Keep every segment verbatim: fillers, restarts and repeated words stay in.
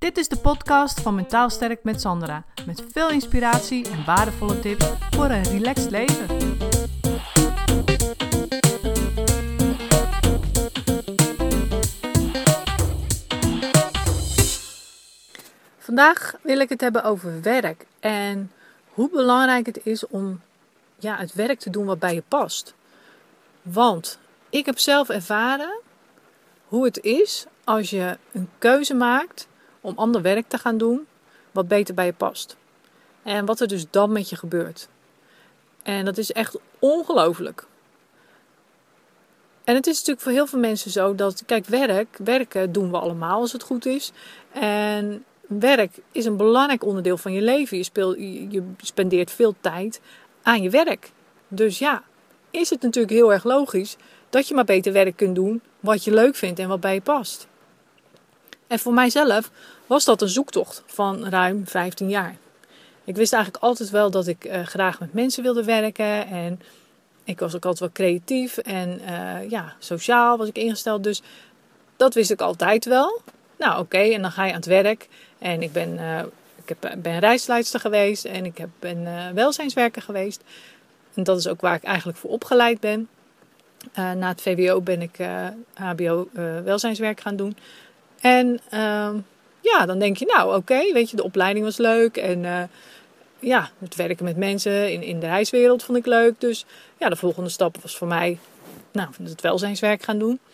Dit is de podcast van Mentaal Sterk met Sandra. Met veel inspiratie en waardevolle tips voor een relaxed leven. Vandaag wil ik het hebben over werk. En hoe belangrijk het is om ja, het werk te doen wat bij je past. Want ik heb zelf ervaren hoe het is als je een keuze maakt om ander werk te gaan doen wat beter bij je past. En wat er dus dan met je gebeurt. En dat is echt ongelooflijk. En het is natuurlijk voor heel veel mensen zo dat, kijk, werk, werken doen we allemaal als het goed is. En werk is een belangrijk onderdeel van je leven. Je, speelt, je, je spendeert veel tijd aan je werk. Dus ja, is het natuurlijk heel erg logisch dat je maar beter werk kunt doen wat je leuk vindt en wat bij je past. En voor mijzelf was dat een zoektocht van ruim vijftien jaar. Ik wist eigenlijk altijd wel dat ik uh, graag met mensen wilde werken. En ik was ook altijd wel creatief en uh, ja, sociaal was ik ingesteld. Dus dat wist ik altijd wel. Nou oké, okay, en dan ga je aan het werk. En ik ben, uh, ik heb, ben reisleidster geweest en ik heb, ben uh, welzijnswerker geweest. En dat is ook waar ik eigenlijk voor opgeleid ben. Uh, na het V W O ben ik uh, H B O uh, welzijnswerk gaan doen. En uh, ja, dan denk je, nou oké, okay, weet je, de opleiding was leuk. En uh, ja, het werken met mensen in, in de reiswereld vond ik leuk. Dus ja, de volgende stap was voor mij, nou, het welzijnswerk gaan doen.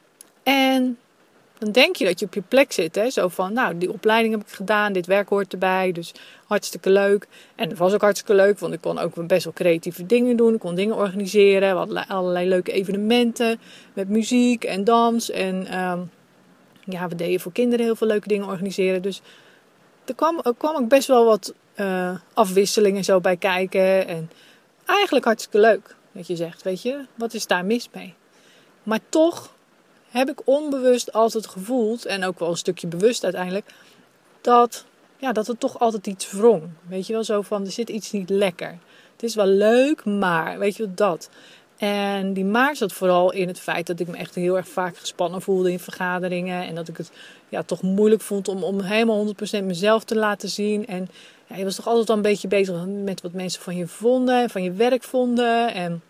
En dan denk je dat je op je plek zit, hè. Zo van, nou, die opleiding heb ik gedaan, dit werk hoort erbij. Dus hartstikke leuk. En het was ook hartstikke leuk, want ik kon ook best wel creatieve dingen doen. Ik kon dingen organiseren. We hadden allerlei leuke evenementen met muziek en dans. En um, ja, we deden voor kinderen heel veel leuke dingen organiseren. Dus er kwam, er kwam ook best wel wat uh, afwisselingen zo bij kijken. En eigenlijk hartstikke leuk, dat je zegt, weet je, wat is daar mis mee? Maar toch heb ik onbewust altijd gevoeld, en ook wel een stukje bewust uiteindelijk, dat, ja, dat het toch altijd iets wrong. Weet je wel, zo van, er zit iets niet lekker. Het is wel leuk, maar, weet je wat, dat. En die maar zat vooral in het feit dat ik me echt heel erg vaak gespannen voelde in vergaderingen. En dat ik het ja, toch moeilijk vond om, om helemaal honderd procent mezelf te laten zien. En ja, je was toch altijd al een beetje bezig met wat mensen van je vonden, en van je werk vonden. En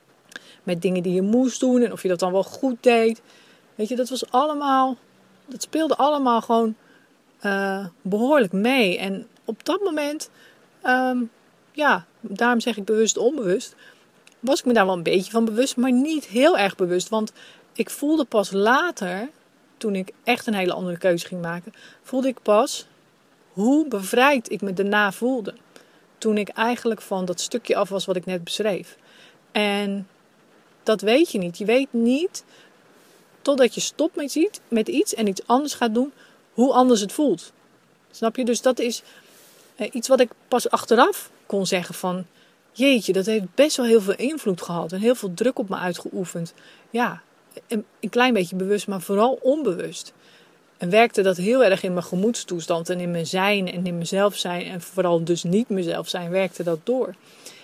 met dingen die je moest doen en of je dat dan wel goed deed. Weet je, dat was allemaal, dat speelde allemaal gewoon uh, behoorlijk mee. En op dat moment, um, ja, daarom zeg ik bewust onbewust, was ik me daar wel een beetje van bewust, maar niet heel erg bewust. Want ik voelde pas later, toen ik echt een hele andere keuze ging maken, voelde ik pas hoe bevrijd ik me daarna voelde. Toen ik eigenlijk van dat stukje af was wat ik net beschreef. En dat weet je niet. Je weet niet, totdat je stopt met iets, met iets en iets anders gaat doen, hoe anders het voelt. Snap je? Dus dat is eh, iets wat ik pas achteraf kon zeggen van, jeetje, dat heeft best wel heel veel invloed gehad en heel veel druk op me uitgeoefend. Ja, een, een klein beetje bewust, maar vooral onbewust. En werkte dat heel erg in mijn gemoedstoestand en in mijn zijn en in mezelf zijn en vooral dus niet mezelf zijn, werkte dat door.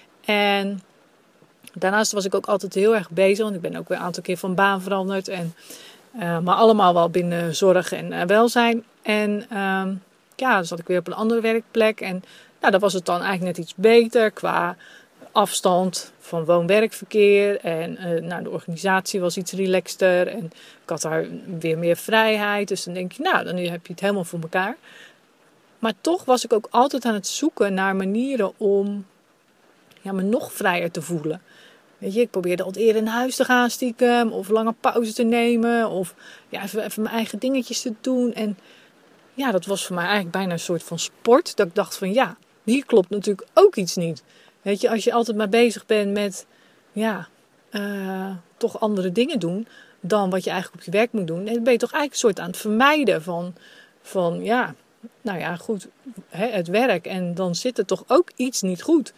En daarnaast was ik ook altijd heel erg bezig, want ik ben ook weer een aantal keer van baan veranderd. En, uh, maar allemaal wel binnen zorg en uh, welzijn. En uh, ja, dan zat ik weer op een andere werkplek. En nou, dan was het dan eigenlijk net iets beter qua afstand van woon-werkverkeer. En uh, nou, de organisatie was iets relaxter. En ik had daar weer meer vrijheid. Dus dan denk je, nou, dan heb je het helemaal voor elkaar. Maar toch was ik ook altijd aan het zoeken naar manieren om ja, me nog vrijer te voelen. Weet je, ik probeerde altijd eerder naar huis te gaan stiekem. Of lange pauze te nemen. Of ja, even, even mijn eigen dingetjes te doen. En ja, dat was voor mij eigenlijk bijna een soort van sport. Dat ik dacht van ja, hier klopt natuurlijk ook iets niet. Weet je, als je altijd maar bezig bent met ja, uh, toch andere dingen doen dan wat je eigenlijk op je werk moet doen. Dan ben je toch eigenlijk een soort aan het vermijden van, van ja, nou ja, goed, hè, het werk. En dan zit er toch ook iets niet goed.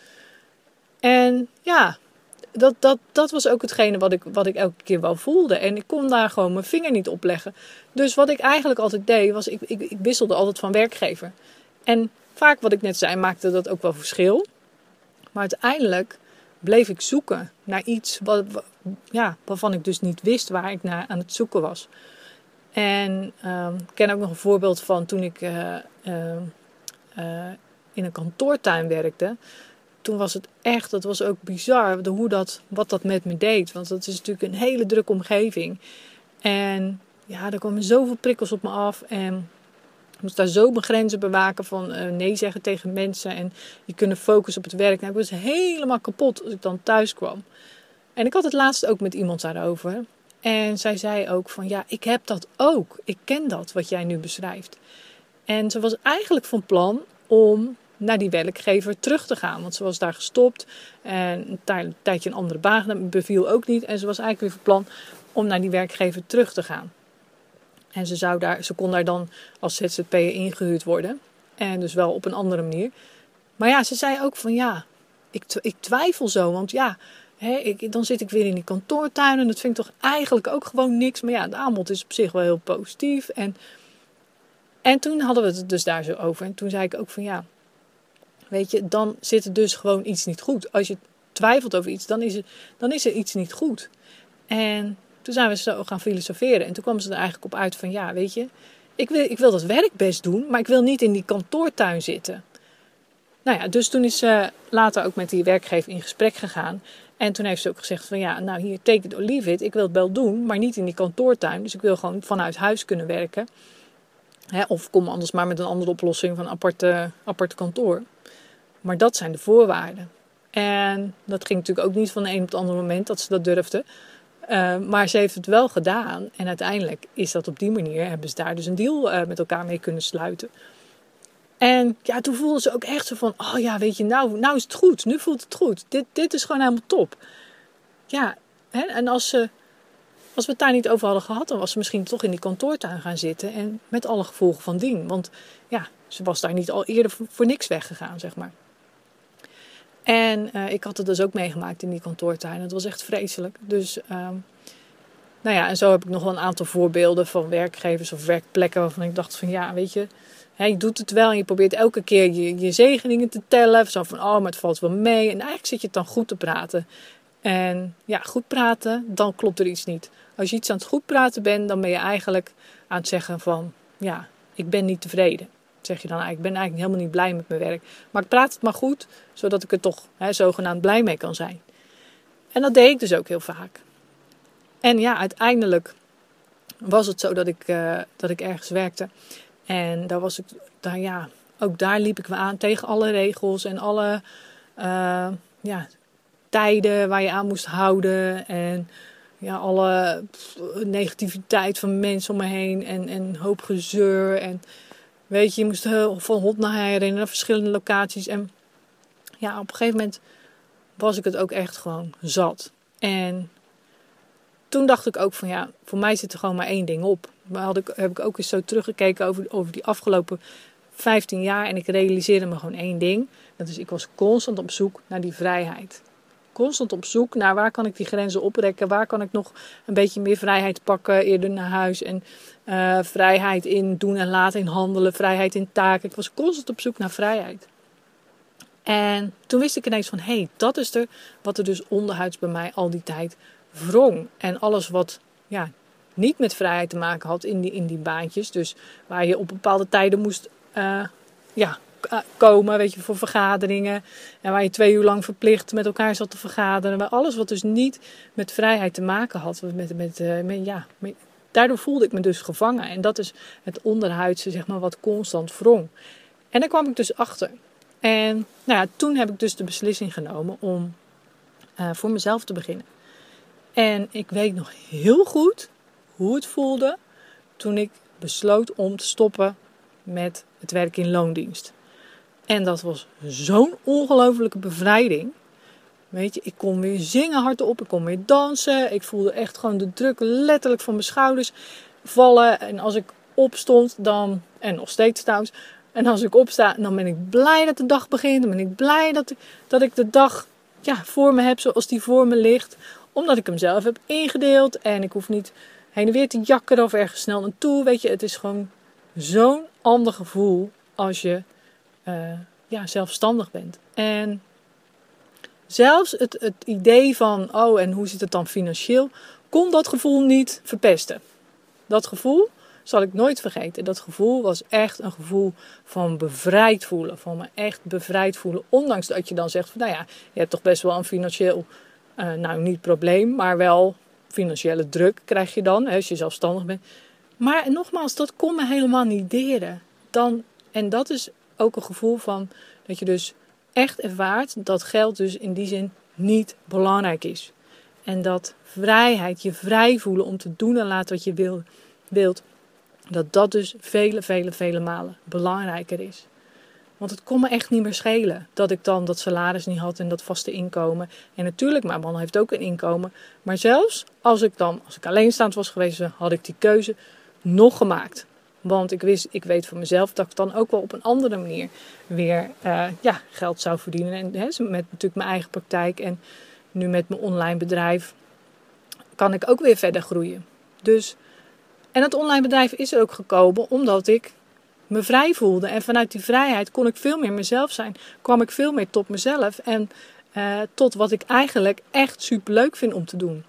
En ja, dat, dat, dat was ook hetgene wat ik, wat ik elke keer wel voelde. En ik kon daar gewoon mijn vinger niet op leggen. Dus wat ik eigenlijk altijd deed, was ik, ik, ik wisselde altijd van werkgever. En vaak wat ik net zei, maakte dat ook wel verschil. Maar uiteindelijk bleef ik zoeken naar iets wat, ja, waarvan ik dus niet wist waar ik naar aan het zoeken was. En um, ik ken ook nog een voorbeeld van toen ik uh, uh, uh, in een kantoortuin werkte. Toen was het echt, dat was ook bizar, de, hoe dat, wat dat met me deed. Want dat is natuurlijk een hele drukke omgeving. En ja, er kwamen zoveel prikkels op me af. En ik moest daar zo mijn grenzen bewaken van uh, nee zeggen tegen mensen. En je kunnen focussen op het werk. Nou, ik was helemaal kapot als ik dan thuis kwam. En ik had het laatst ook met iemand daarover. En zij zei ook van ja, ik heb dat ook. Ik ken dat wat jij nu beschrijft. En ze was eigenlijk van plan om naar die werkgever terug te gaan. Want ze was daar gestopt. En een tijdje een andere baan. Dat beviel ook niet. En ze was eigenlijk weer van plan om naar die werkgever terug te gaan. En ze, zou daar, ze kon daar dan als Z Z P'er ingehuurd worden. En dus wel op een andere manier. Maar ja, ze zei ook van ja, ik, ik twijfel zo. Want ja, hè, ik, dan zit ik weer in die kantoortuin. En dat vind ik toch eigenlijk ook gewoon niks. Maar ja, het aanbod is op zich wel heel positief. En, en toen hadden we het dus daar zo over. En toen zei ik ook van ja, weet je, dan zit er dus gewoon iets niet goed. Als je twijfelt over iets, dan is er, dan is er iets niet goed. En toen zijn we zo gaan filosoferen. En toen kwam ze er eigenlijk op uit van ja, weet je, ik wil, ik wil dat werk best doen, maar ik wil niet in die kantoortuin zitten. Nou ja, dus toen is ze later ook met die werkgever in gesprek gegaan. En toen heeft ze ook gezegd van ja, nou hier, take it or leave it. Ik wil het wel doen, maar niet in die kantoortuin. Dus ik wil gewoon vanuit huis kunnen werken. Hè, of kom anders maar met een andere oplossing van een aparte, aparte kantoor. Maar dat zijn de voorwaarden. En dat ging natuurlijk ook niet van de een op het andere moment dat ze dat durfde. Uh, maar ze heeft het wel gedaan. En uiteindelijk is dat op die manier, hebben ze daar dus een deal uh, met elkaar mee kunnen sluiten. En ja, toen voelde ze ook echt zo van, oh ja, weet je, nou, nou is het goed. Nu voelt het goed. Dit, dit is gewoon helemaal top. Ja, hè? En als, ze, als we het daar niet over hadden gehad, dan was ze misschien toch in die kantoortuin gaan zitten. En met alle gevolgen van dien. Want ja, ze was daar niet al eerder voor, voor niks weggegaan, zeg maar. En uh, ik had het dus ook meegemaakt in die kantoortuin. Het was echt vreselijk. Dus, um, nou ja, en zo heb ik nog wel een aantal voorbeelden van werkgevers of werkplekken waarvan ik dacht van ja, weet je, hè, je doet het wel en je probeert elke keer je, je zegeningen te tellen. Zo van, oh, maar het valt wel mee. En eigenlijk zit je het dan goed te praten. En ja, goed praten, dan klopt er iets niet. Als je iets aan het goed praten bent, dan ben je eigenlijk aan het zeggen van, ja, ik ben niet tevreden. Zeg je dan, ik ben eigenlijk helemaal niet blij met mijn werk. Maar ik praat het maar goed, zodat ik er toch hè, zogenaamd blij mee kan zijn. En dat deed ik dus ook heel vaak. En ja, uiteindelijk was het zo dat ik, uh, dat ik ergens werkte. En daar was ik, daar, ja, ook daar liep ik me aan tegen alle regels en alle uh, ja, tijden waar je aan moest houden. En ja, alle pff, negativiteit van mensen om me heen en, en hoop gezeur en... Weet je, je moest van hot naar her in naar verschillende locaties. En ja, op een gegeven moment was ik het ook echt gewoon zat. En toen dacht ik ook van ja, voor mij zit er gewoon maar één ding op. Maar had ik, heb ik ook eens zo teruggekeken over, over die afgelopen vijftien jaar. En ik realiseerde me gewoon één ding. Dat is, ik was constant op zoek naar die vrijheid. Constant op zoek naar waar kan ik die grenzen oprekken. Waar kan ik nog een beetje meer vrijheid pakken eerder naar huis. En uh, vrijheid in doen en laten, in handelen. Vrijheid in taken. Ik was constant op zoek naar vrijheid. En toen wist ik ineens van, hé, hey, dat is er wat er dus onderhuids bij mij al die tijd wrong. En alles wat ja, niet met vrijheid te maken had in die, in die baantjes. Dus waar je op bepaalde tijden moest uh, ja, komen, weet je, voor vergaderingen. En waar je twee uur lang verplicht met elkaar zat te vergaderen. Maar alles wat dus niet met vrijheid te maken had. Met, met, uh, met, ja, met, daardoor voelde ik me dus gevangen. En dat is het onderhuidse, zeg maar, wat constant wrong. En daar kwam ik dus achter. En nou ja, toen heb ik dus de beslissing genomen om uh, voor mezelf te beginnen. En ik weet nog heel goed hoe het voelde toen ik besloot om te stoppen met het werk in loondienst. En dat was zo'n ongelofelijke bevrijding. Weet je, ik kon weer zingen hardop, ik kon weer dansen. Ik voelde echt gewoon de druk letterlijk van mijn schouders vallen. En als ik opstond dan, en nog steeds trouwens, en als ik opsta, dan ben ik blij dat de dag begint. Dan ben ik blij dat ik, dat ik de dag ja, voor me heb zoals die voor me ligt. Omdat ik hem zelf heb ingedeeld. En ik hoef niet heen en weer te jakkeren of ergens snel naartoe. Weet je, het is gewoon zo'n ander gevoel als je uh, ja, zelfstandig bent. En zelfs het, het idee van, oh, en hoe zit het dan financieel, kon dat gevoel niet verpesten. Dat gevoel zal ik nooit vergeten. Dat gevoel was echt een gevoel van bevrijd voelen. Van me echt bevrijd voelen. Ondanks dat je dan zegt van nou ja, je hebt toch best wel een financieel, uh, nou niet probleem, maar wel financiële druk krijg je dan, hè, als je zelfstandig bent. Maar nogmaals, dat kon me helemaal niet deren. Dan, en dat is ook een gevoel van dat je dus echt ervaart dat geld dus in die zin niet belangrijk is. En dat vrijheid, je vrij voelen om te doen en laten wat je wil, wilt, dat dat dus vele, vele, vele malen belangrijker is. Want het kon me echt niet meer schelen dat ik dan dat salaris niet had en dat vaste inkomen. En natuurlijk, mijn man heeft ook een inkomen. Maar zelfs als ik dan, als ik alleenstaand was geweest, had ik die keuze nog gemaakt. Want ik wist, ik weet van mezelf dat ik dan ook wel op een andere manier weer uh, ja, geld zou verdienen. En hè, met natuurlijk mijn eigen praktijk en nu met mijn online bedrijf kan ik ook weer verder groeien. Dus, en het online bedrijf is er ook gekomen omdat ik me vrij voelde. En vanuit die vrijheid kon ik veel meer mezelf zijn. Kwam ik veel meer tot mezelf en uh, tot wat ik eigenlijk echt superleuk vind om te doen.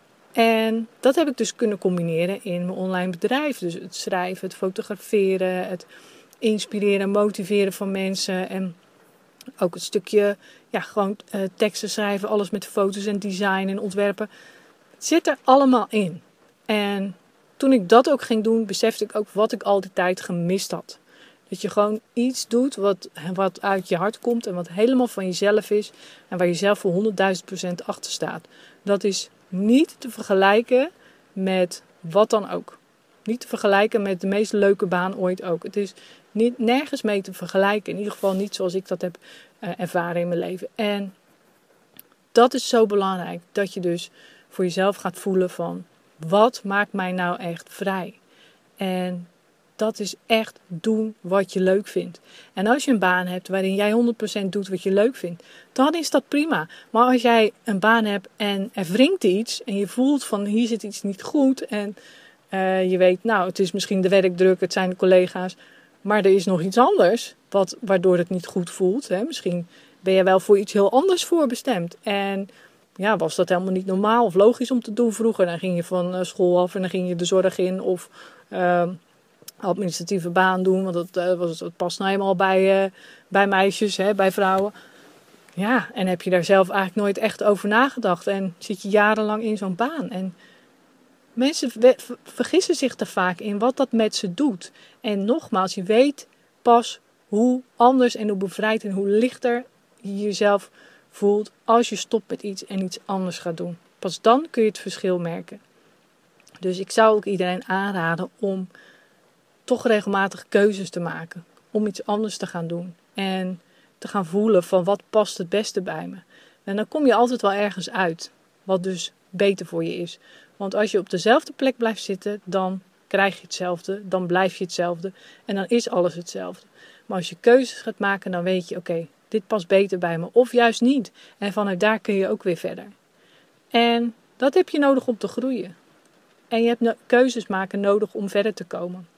En dat heb ik dus kunnen combineren in mijn online bedrijf. Dus het schrijven, het fotograferen, het inspireren, motiveren van mensen. En ook het stukje, ja, gewoon uh, teksten schrijven, alles met foto's en design en ontwerpen. Het zit er allemaal in. En toen ik dat ook ging doen, besefte ik ook wat ik al die tijd gemist had. Dat je gewoon iets doet wat, wat uit je hart komt en wat helemaal van jezelf is. En waar je zelf voor honderdduizend procent achter staat. Dat is niet te vergelijken met wat dan ook. Niet te vergelijken met de meest leuke baan ooit ook. Het is niet, nergens mee te vergelijken. In ieder geval niet zoals ik dat heb uh, ervaren in mijn leven. En dat is zo belangrijk. Dat je dus voor jezelf gaat voelen van wat maakt mij nou echt vrij? En dat is echt doen wat je leuk vindt. En als je een baan hebt waarin jij honderd procent doet wat je leuk vindt, dan is dat prima. Maar als jij een baan hebt en er wringt iets en je voelt van hier zit iets niet goed en uh, je weet, nou het is misschien de werkdruk, het zijn de collega's, maar er is nog iets anders wat, waardoor het niet goed voelt. Hè? Misschien ben je wel voor iets heel anders voorbestemd. En ja, was dat helemaal niet normaal of logisch om te doen vroeger. Dan ging je van school af en dan ging je de zorg in of Uh, administratieve baan doen, want dat, uh, was, dat past nou helemaal bij, uh, bij meisjes, hè, bij vrouwen. Ja, en heb je daar zelf eigenlijk nooit echt over nagedacht en zit je jarenlang in zo'n baan. En mensen vergissen zich er vaak in wat dat met ze doet. En nogmaals, je weet pas hoe anders en hoe bevrijd en hoe lichter je jezelf voelt als je stopt met iets en iets anders gaat doen. Pas dan kun je het verschil merken. Dus ik zou ook iedereen aanraden om toch regelmatig keuzes te maken. Om iets anders te gaan doen. En te gaan voelen van wat past het beste bij me. En dan kom je altijd wel ergens uit. Wat dus beter voor je is. Want als je op dezelfde plek blijft zitten, dan krijg je hetzelfde. Dan blijf je hetzelfde. En dan is alles hetzelfde. Maar als je keuzes gaat maken, dan weet je, oké, okay, dit past beter bij me. Of juist niet. En vanuit daar kun je ook weer verder. En dat heb je nodig om te groeien. En je hebt no- keuzes maken nodig om verder te komen.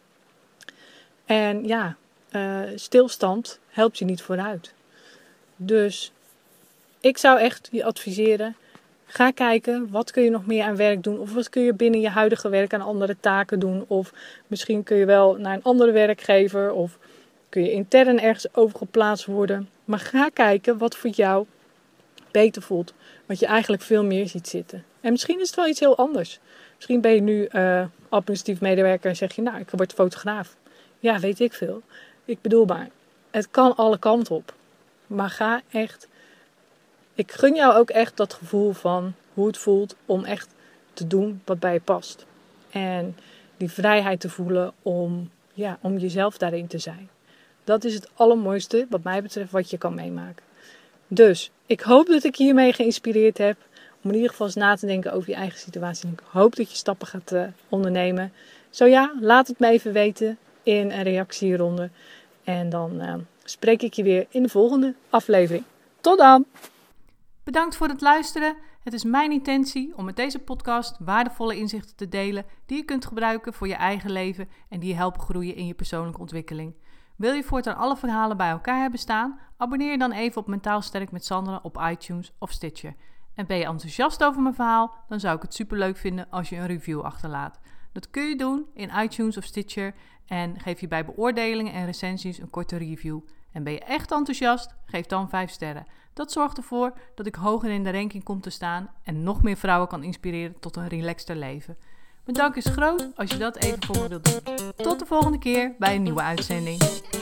En ja, uh, stilstand helpt je niet vooruit. Dus ik zou echt je adviseren, ga kijken wat kun je nog meer aan werk doen. Of wat kun je binnen je huidige werk aan andere taken doen. Of misschien kun je wel naar een andere werkgever. Of kun je intern ergens overgeplaatst worden. Maar ga kijken wat voor jou beter voelt. Wat je eigenlijk veel meer ziet zitten. En misschien is het wel iets heel anders. Misschien ben je nu uh, administratief medewerker en zeg je, nou, ik word fotograaf. Ja, weet ik veel. Ik bedoel maar, het kan alle kanten op. Maar ga echt, ik gun jou ook echt dat gevoel van hoe het voelt om echt te doen wat bij je past. En die vrijheid te voelen om, ja, om jezelf daarin te zijn. Dat is het allermooiste wat mij betreft wat je kan meemaken. Dus ik hoop dat ik je hiermee geïnspireerd heb. Om in ieder geval eens na te denken over je eigen situatie. En ik hoop dat je stappen gaat uh, ondernemen. Zo ja, laat het me even weten in een reactie hieronder. En dan uh, spreek ik je weer in de volgende aflevering. Tot dan! Bedankt voor het luisteren. Het is mijn intentie om met deze podcast waardevolle inzichten te delen die je kunt gebruiken voor je eigen leven en die je helpen groeien in je persoonlijke ontwikkeling. Wil je voortaan alle verhalen bij elkaar hebben staan? Abonneer je dan even op Mentaal Sterk met Sandra op iTunes of Stitcher. En ben je enthousiast over mijn verhaal? Dan zou ik het superleuk vinden als je een review achterlaat. Dat kun je doen in iTunes of Stitcher en geef je bij beoordelingen en recensies een korte review. En ben je echt enthousiast? Geef dan vijf sterren. Dat zorgt ervoor dat ik hoger in de ranking kom te staan en nog meer vrouwen kan inspireren tot een relaxter leven. Mijn dank is groot als je dat even voor me wilt doen. Tot de volgende keer bij een nieuwe uitzending.